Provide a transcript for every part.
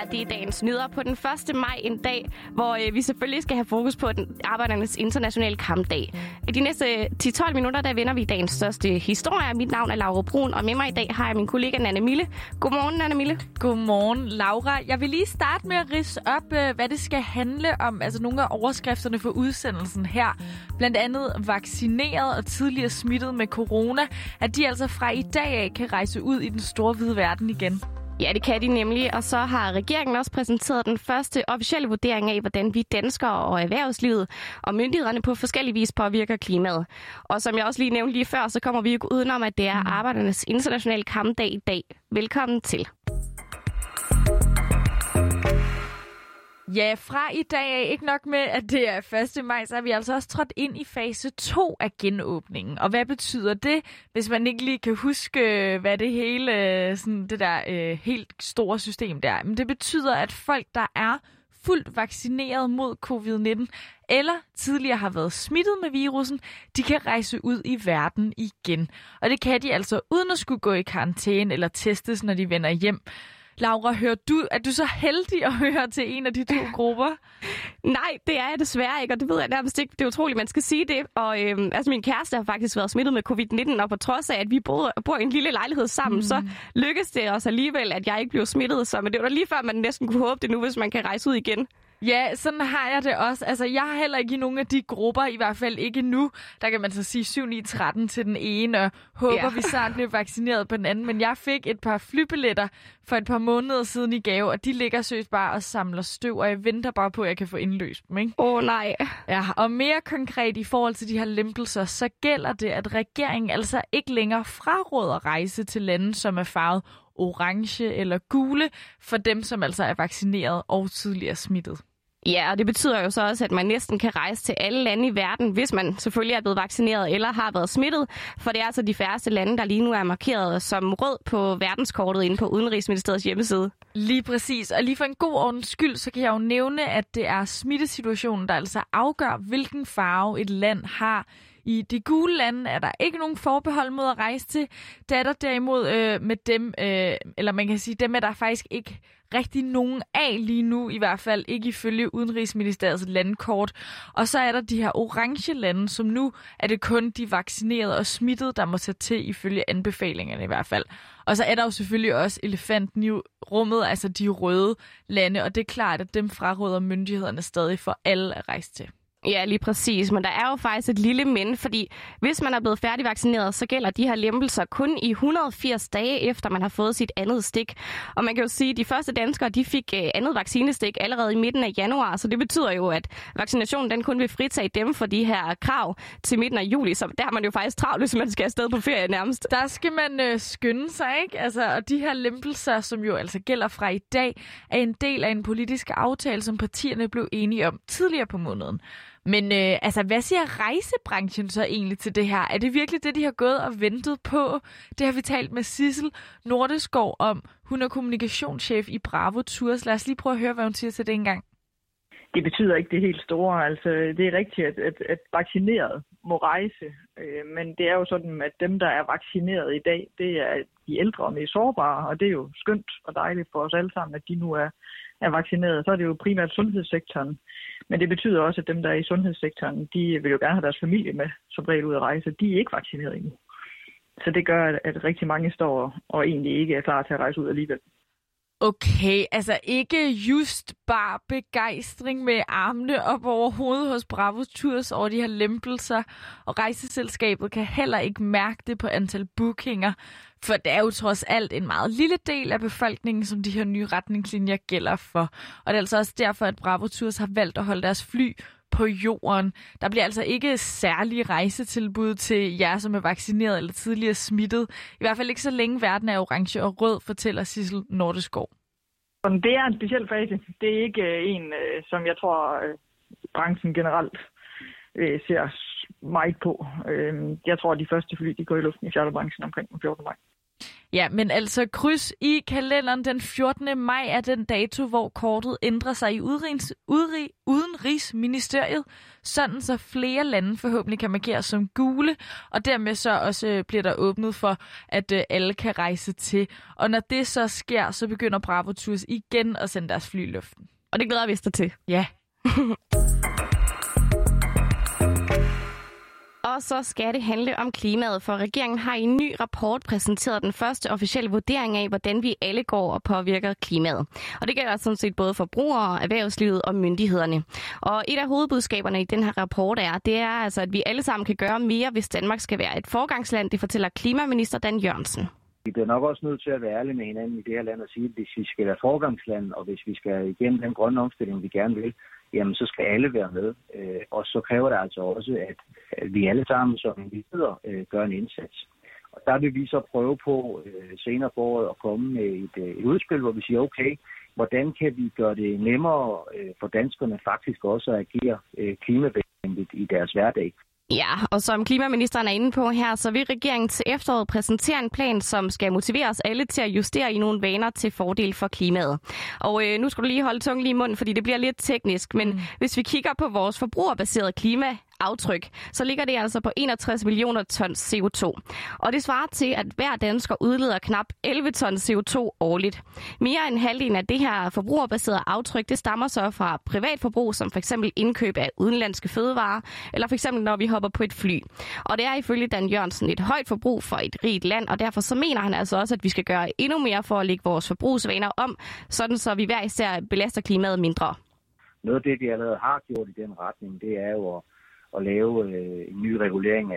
her, det er dagens nyheder på den 1. maj, en dag, hvor vi selvfølgelig skal have fokus på arbejdernes internationale kampdag. I de næste 10-12 minutter, der vender vi dagens største historie. Mit navn er Laura Brun, og med mig i dag har jeg min kollega Nanne Mille. Godmorgen, Nanne Mille. Godmorgen, Laura. Jeg vil lige starte med at ridse op, hvad det skal handle om. Altså nogle af overskrifterne for udsendelsen her. Blandt andet vaccineret og tidligere smittet med corona, at de altså fra i dag af kan rejse ud i den store hvide verden igen. Ja, det kan de nemlig, og så har regeringen også præsenteret den første officielle vurdering af, hvordan vi danskere og erhvervslivet og myndighederne på forskellige vis påvirker klimaet. Og som jeg også lige nævnte lige før, så kommer vi ikke udenom, at det er arbejdernes internationale kampdag i dag. Velkommen til. Ja, fra i dag er ikke nok med, at det er 1. maj, så er vi altså også trådt ind i fase 2 af genåbningen. Og hvad betyder det, hvis man ikke lige kan huske, hvad det hele, sådan det der helt store system der? Men det betyder, at folk, der er fuldt vaccineret mod covid-19, eller tidligere har været smittet med virussen, de kan rejse ud i verden igen. Og det kan de altså uden at skulle gå i karantæne eller testes, når de vender hjem. Laura, er du så heldig at høre til en af de to grupper? Nej, det er jeg desværre ikke, og det ved jeg nærmest ikke. Det er utroligt, man skal sige det. Og min kæreste har faktisk været smittet med covid-19, og på trods af, at vi bor i en lille lejlighed sammen, så lykkes det også alligevel, at jeg ikke blev smittet. Så, men det var da lige før, man næsten kunne håbe det nu, hvis man kan rejse ud igen. Ja, sådan har jeg det også. Altså, jeg har heller ikke i nogen af de grupper, i hvert fald ikke nu. Der kan man så sige 7-9-13 til den ene, og håber, vi snart bliver vaccineret på den anden. Men jeg fik et par flybilletter for et par måneder siden i gave, og de ligger søgt bare og samler støv, og jeg venter bare på, at jeg kan få indløst dem, ikke? Nej. Ja, og mere konkret i forhold til de her lempelser, så gælder det, at regeringen altså ikke længere fraråder rejse til lande, som er farvet orange eller gule, for dem, som altså er vaccineret og tidligere smittet. Ja, og det betyder jo så også, at man næsten kan rejse til alle lande i verden, hvis man selvfølgelig er blevet vaccineret eller har været smittet. For det er altså de færreste lande, der lige nu er markeret som rød på verdenskortet inde på Udenrigsministeriets hjemmeside. Lige præcis. Og lige for en god ordens skyld, så kan jeg jo nævne, at det er smittesituationen, der altså afgør, hvilken farve et land har. I de gule lande er der ikke nogen forbehold mod at rejse til. Det er der derimod med dem, eller man kan sige, dem er der faktisk ikke rigtig nogen af lige nu, i hvert fald ikke ifølge Udenrigsministeriets landkort. Og så er der de her orange lande, som nu er det kun de vaccinerede og smittede, der må tage til ifølge anbefalingerne i hvert fald. Og så er der jo selvfølgelig også elefanten i rummet, altså de røde lande, og det er klart, at dem fraråder myndighederne stadig for alle at rejse til. Ja, lige præcis. Men der er jo faktisk et lille men, fordi hvis man er blevet færdigvaccineret, så gælder de her lempelser kun i 180 dage efter man har fået sit andet stik. Og man kan jo sige, at de første danskere, de fik andet vaccinestik allerede i midten af januar, så det betyder jo, at vaccinationen den kun vil fritage dem for de her krav til midten af juli. Så der har man jo faktisk travlt, hvis man skal afsted på ferie nærmest. Der skal man skynde sig, ikke? Altså, og de her lempelser, som jo altså gælder fra i dag, er en del af en politisk aftale, som partierne blev enige om tidligere på måneden. Men hvad siger rejsebranchen så egentlig til det her? Er det virkelig det, de har gået og ventet på? Det har vi talt med Sissel Nordeskov om. Hun er kommunikationschef i Bravo Tours. Lad os lige prøve at høre, hvad hun siger til det engang. Det betyder ikke det helt store. Altså, det er rigtigt, at vaccineret må rejse. Men det er jo sådan, at dem, der er vaccineret i dag, det er de ældre og mest sårbare. Og det er jo skønt og dejligt for os alle sammen, at de nu er vaccineret. Så er det jo primært sundhedssektoren. Men det betyder også, at dem, der er i sundhedssektoren, de vil jo gerne have deres familie med som regel ud at rejse. De er ikke vaccineret endnu. Så det gør, at rigtig mange står og egentlig ikke er klar til at rejse ud alligevel. Okay, altså ikke just bare begejstring med armene op over hovedet hos Bravo Tours over de her lempelser, og rejseselskabet kan heller ikke mærke det på antal bookinger, for det er jo trods alt en meget lille del af befolkningen, som de her nye retningslinjer gælder for. Og det er altså også derfor, at Bravo Tours har valgt at holde deres fly på jorden. Der bliver altså ikke særlige rejsetilbud til jer, som er vaccineret eller tidligere smittet. I hvert fald ikke så længe verden er orange og rød, fortæller Sissel Nordeskov. Det er en speciel fase. Det er ikke en, som jeg tror, branchen generelt ser meget på. Jeg tror, at de første fly de går i luften i charterbranchen omkring den 14. maj. Ja, men altså kryds i kalenderen. Den 14. maj er den dato, hvor kortet ændrer sig i Udenrigsministeriet, sådan så flere lande forhåbentlig kan markeres som gule, og dermed så også bliver der åbnet for, at alle kan rejse til. Og når det så sker, så begynder Bravo Tours igen at sende deres fly i luften. Og det glæder vi os til. Ja. Og så skal det handle om klimaet, for regeringen har i en ny rapport præsenteret den første officielle vurdering af, hvordan vi alle går og påvirker klimaet. Og det gælder sådan set både forbrugere, erhvervslivet og myndighederne. Og et af hovedbudskaberne i den her rapport det er altså, at vi alle sammen kan gøre mere, hvis Danmark skal være et forgangsland, det fortæller klimaminister Dan Jørgensen. Vi bliver nok også nødt til at være ærlige med hinanden i det her land og sige, at hvis vi skal være forgangsland, og hvis vi skal igennem den grønne omstilling, vi gerne vil, jamen så skal alle være med. Og så kræver det altså også, at vi alle sammen som individer gør en indsats. Og der vil vi så prøve på senere på året at komme med et udspil, hvor vi siger, okay, hvordan kan vi gøre det nemmere for danskerne faktisk også at agere klimavenligt i deres hverdag? Ja, og som klimaministeren er inde på her, så vil regeringen til efteråret præsentere en plan, som skal motivere os alle til at justere i nogle vaner til fordel for klimaet. Og nu skal du lige holde tungen lige i munden, fordi det bliver lidt teknisk, men hvis vi kigger på vores forbrugerbaserede klimaaftryk, så ligger det altså på 61 millioner tons CO2. Og det svarer til, at hver dansker udleder knap 11 tons CO2 årligt. Mere end halvdelen af det her forbrugerbaserede aftryk, det stammer så fra privatforbrug, som f.eks. indkøb af udenlandske fødevarer, eller f.eks. når vi hopper på et fly. Og det er ifølge Dan Jørgensen et højt forbrug for et rigt land, og derfor så mener han altså også, at vi skal gøre endnu mere for at lægge vores forbrugsvaner om, sådan så vi hver især belaster klimaet mindre. Noget af det, vi allerede har gjort i den retning, det er jo at lave en ny regulering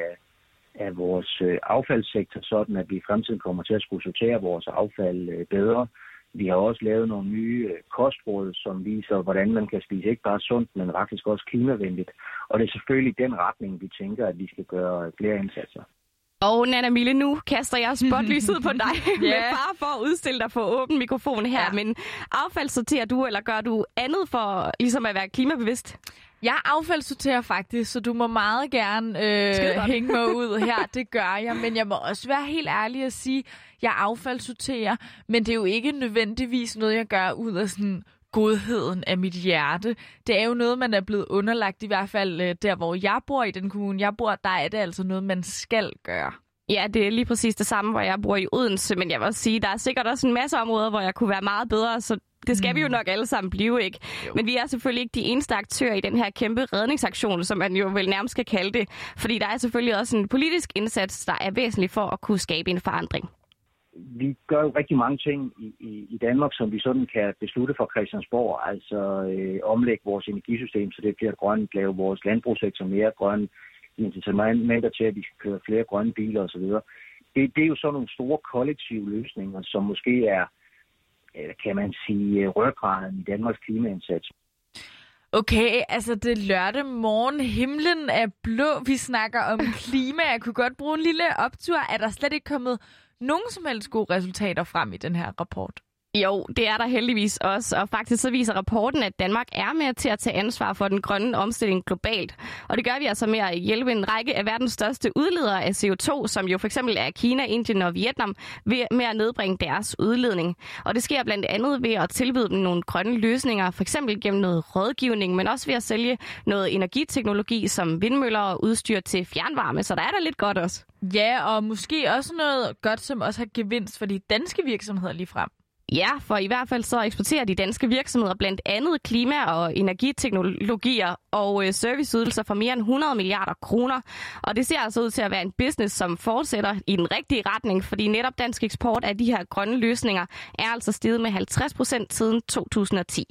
af vores affaldssektor, sådan at vi i fremtiden kommer til at skulle sortere vores affald bedre. Vi har også lavet nogle nye kostråd, som viser, hvordan man kan spise ikke bare sundt, men faktisk også klimavenligt. Og det er selvfølgelig den retning, vi tænker, at vi skal gøre flere indsatser. Og Nana Mille, nu kaster jeg spotlyset på dig med far for at udstille dig for åben mikrofon her. Ja. Men affaldssorterer du, eller gør du andet for ligesom at være klimabevidst? Jeg affaldssorterer faktisk, så du må meget gerne hænge mig ud her. Det gør jeg, men jeg må også være helt ærlig at sige, at jeg affaldssorterer, men det er jo ikke nødvendigvis noget, jeg gør ud af sådan godheden af mit hjerte. Det er jo noget, man er blevet underlagt, i hvert fald der, hvor jeg bor, i den kommune, jeg bor, der er det altså noget, man skal gøre. Ja, det er lige præcis det samme, hvor jeg bor i Odense, men jeg vil også sige, der er sikkert også en masse områder, hvor jeg kunne være meget bedre, så det skal vi jo nok alle sammen blive, ikke? Jo. Men vi er selvfølgelig ikke de eneste aktører i den her kæmpe redningsaktion, som man jo vel nærmest skal kalde det, fordi der er selvfølgelig også en politisk indsats, der er væsentlig for at kunne skabe en forandring. Vi gør jo rigtig mange ting i Danmark, som vi sådan kan beslutte fra Christiansborg, altså omlægge vores energisystem, så det bliver grønt, lave vores landbrugssektor mere grøn, incitamenter til, at vi skal køre flere grønne biler osv. Det er jo sådan nogle store kollektive løsninger, som måske er, kan man sige, ryggraden i Danmarks klimaindsats. Okay, altså det er lørdag morgen. Himlen er blå. Vi snakker om klima. Jeg kunne godt bruge en lille optur. Er der slet ikke kommet nogen som helst gode resultater frem i den her rapport? Jo, det er der heldigvis også, og faktisk så viser rapporten, at Danmark er med til at tage ansvar for den grønne omstilling globalt. Og det gør vi altså med at hjælpe en række af verdens største udledere af CO2, som jo for eksempel er Kina, Indien og Vietnam, med at nedbringe deres udledning. Og det sker blandt andet ved at tilbyde dem nogle grønne løsninger, for eksempel gennem noget rådgivning, men også ved at sælge noget energiteknologi som vindmøller og udstyr til fjernvarme, så der er der lidt godt også. Ja, og måske også noget godt, som også har gevinst for de danske virksomheder lige frem. Ja, for i hvert fald så eksporterer de danske virksomheder blandt andet klima- og energiteknologier og serviceydelser for mere end 100 milliarder kroner. Og det ser altså ud til at være en business, som fortsætter i den rigtige retning, fordi netop dansk eksport af de her grønne løsninger er altså steget med 50% siden 2010.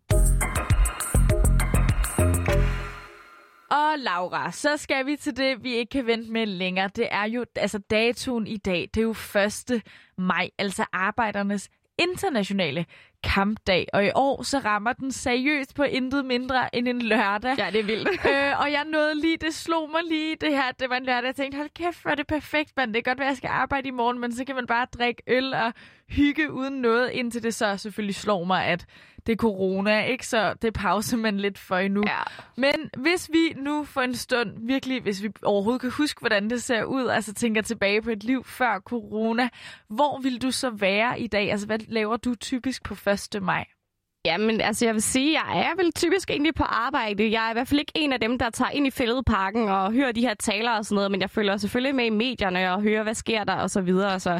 Og Laura, så skal vi til det, vi ikke kan vente med længere. Det er jo altså datoen i dag. Det er jo 1. maj, altså arbejdernes internationale kampdag. Og i år så rammer den seriøst på intet mindre end en lørdag. Ja, det er vildt. Og jeg nåede lige, det slog mig lige det her, det var en lørdag. Jeg tænkte, hold kæft, hvor er det perfekt, man. Det kan godt være, jeg skal arbejde i morgen, men så kan man bare drikke øl og hygge uden noget, indtil det så selvfølgelig slår mig, at det er corona, ikke? Så det pauser man lidt for endnu. Ja. Men hvis vi nu for en stund, virkelig, hvis vi overhovedet kan huske, hvordan det ser ud, altså tænker tilbage på et liv før corona, hvor vil du så være i dag? Altså, hvad laver du typisk på 1. maj? Jamen, altså jeg vil sige, jeg er vel typisk egentlig på arbejde. Jeg er i hvert fald ikke en af dem, der tager ind i Fælledparken og hører de her taler og sådan noget, men jeg følger selvfølgelig med i medierne og hører, hvad sker der og så videre. Så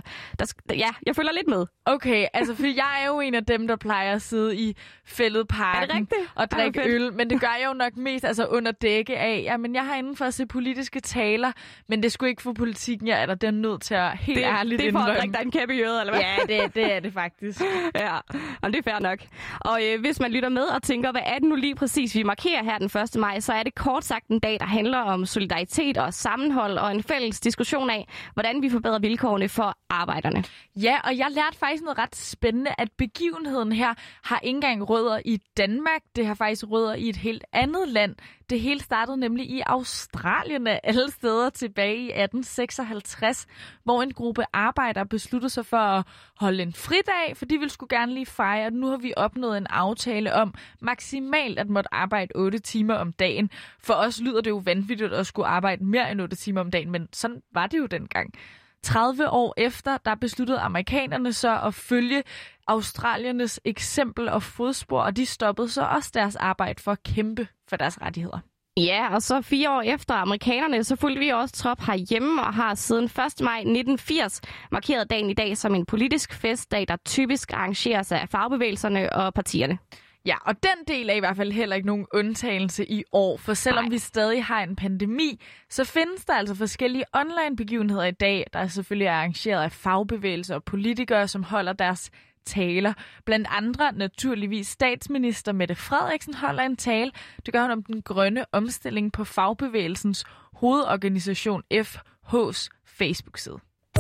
jeg følger lidt med. Okay, altså for jeg er jo en af dem, der plejer at sidde i Fælledparken og drikke øl, men det gør jeg jo nok mest altså under dække af, jamen jeg har inden for at se politiske taler, men det skulle ikke for politikken, jeg er der den nødt til at helt ærligt indrømme. Det er for at drikke dig en kæppe i øret, eller hvad? Ja, det er det faktisk. Ja, og det er fair nok. Og hvis man lytter med og tænker, hvad er det nu lige præcis, vi markerer her den 1. maj, så er det kort sagt en dag, der handler om solidaritet og sammenhold og en fælles diskussion af, hvordan vi forbedrer vilkårene for arbejderne. Ja, og jeg lærte faktisk noget ret spændende, at begivenheden her har ikke engang rødder i Danmark. Det har faktisk rødder i et helt andet land. Det hele startede nemlig i Australien alle steder tilbage i 1856, hvor en gruppe arbejdere besluttede sig for at holde en fridag, for de ville sgu gerne lige fejre, at nu har vi opnået en aftale om maksimalt at måtte arbejde 8 timer om dagen. For os lyder det jo vanvittigt at skulle arbejde mere end 8 timer om dagen, men sådan var det jo dengang. 30 år efter, der besluttede amerikanerne så at følge australiernes eksempel og fodspor, og de stoppede så også deres arbejde for at kæmpe for deres rettigheder. Ja, og så 4 år efter amerikanerne, så fulgte vi også trop herhjemme og har siden 1. maj 1980 markeret dagen i dag som en politisk festdag, der typisk arrangeres af fagbevægelserne og partierne. Ja, og den del er i hvert fald heller ikke nogen undtagelse i år, for selvom vi stadig har en pandemi, så findes der altså forskellige online-begivenheder i dag, der selvfølgelig er arrangeret af fagbevægelser og politikere, som holder deres taler. Blandt andre naturligvis statsminister Mette Frederiksen holder en tale. Det gør hun om den grønne omstilling på fagbevægelsens hovedorganisation FH's Facebook-side.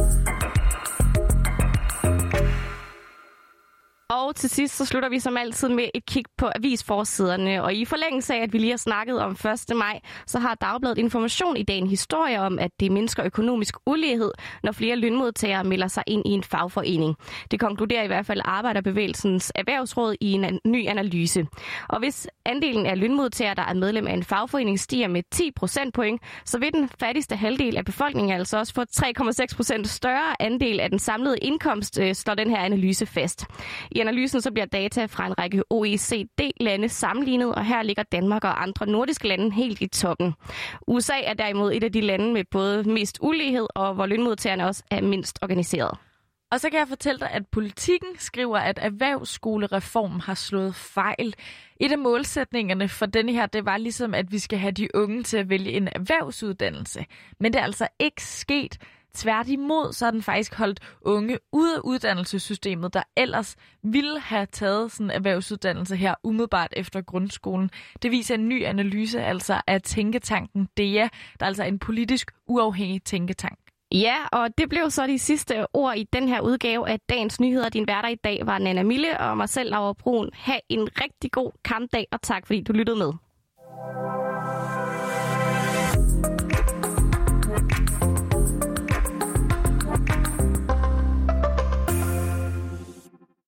Og til sidst så slutter vi som altid med et kig på avisforsiderne. Og i forlængelse af, at vi lige har snakket om 1. maj, så har Dagbladet Information i dag en historie om, at det mindsker økonomisk ulighed, når flere lønmodtagere melder sig ind i en fagforening. Det konkluderer i hvert fald Arbejderbevægelsens Erhvervsråd i en ny analyse. Og hvis andelen af lønmodtagere, der er medlem af en fagforening, stiger med 10 procentpoint, så vil den fattigste halvdel af befolkningen altså også få 3,6% større andel af den samlede indkomst, slår den her analyse fast. I analysen så bliver data fra en række OECD-lande sammenlignet, og her ligger Danmark og andre nordiske lande helt i toppen. USA er derimod et af de lande med både mest ulighed, og hvor lønmodtagerne også er mindst organiseret. Og så kan jeg fortælle dig, at Politikken skriver, at erhvervsskolereformen har slået fejl. Et af målsætningerne for denne her, det var ligesom, at vi skal have de unge til at vælge en erhvervsuddannelse. Men det er altså ikke sket. Tværtimod, så har den faktisk holdt unge ude af uddannelsessystemet, der ellers ville have taget sådan en erhvervsuddannelse her umiddelbart efter grundskolen. Det viser en ny analyse altså af tænketanken DEA, der er altså en politisk uafhængig tænketank. Ja, og det blev så de sidste ord i den her udgave af Dagens Nyheder. Din værter i dag var Nana Mille og mig selv, Laura Brun. Ha' en rigtig god kampdag, og tak fordi du lyttede med.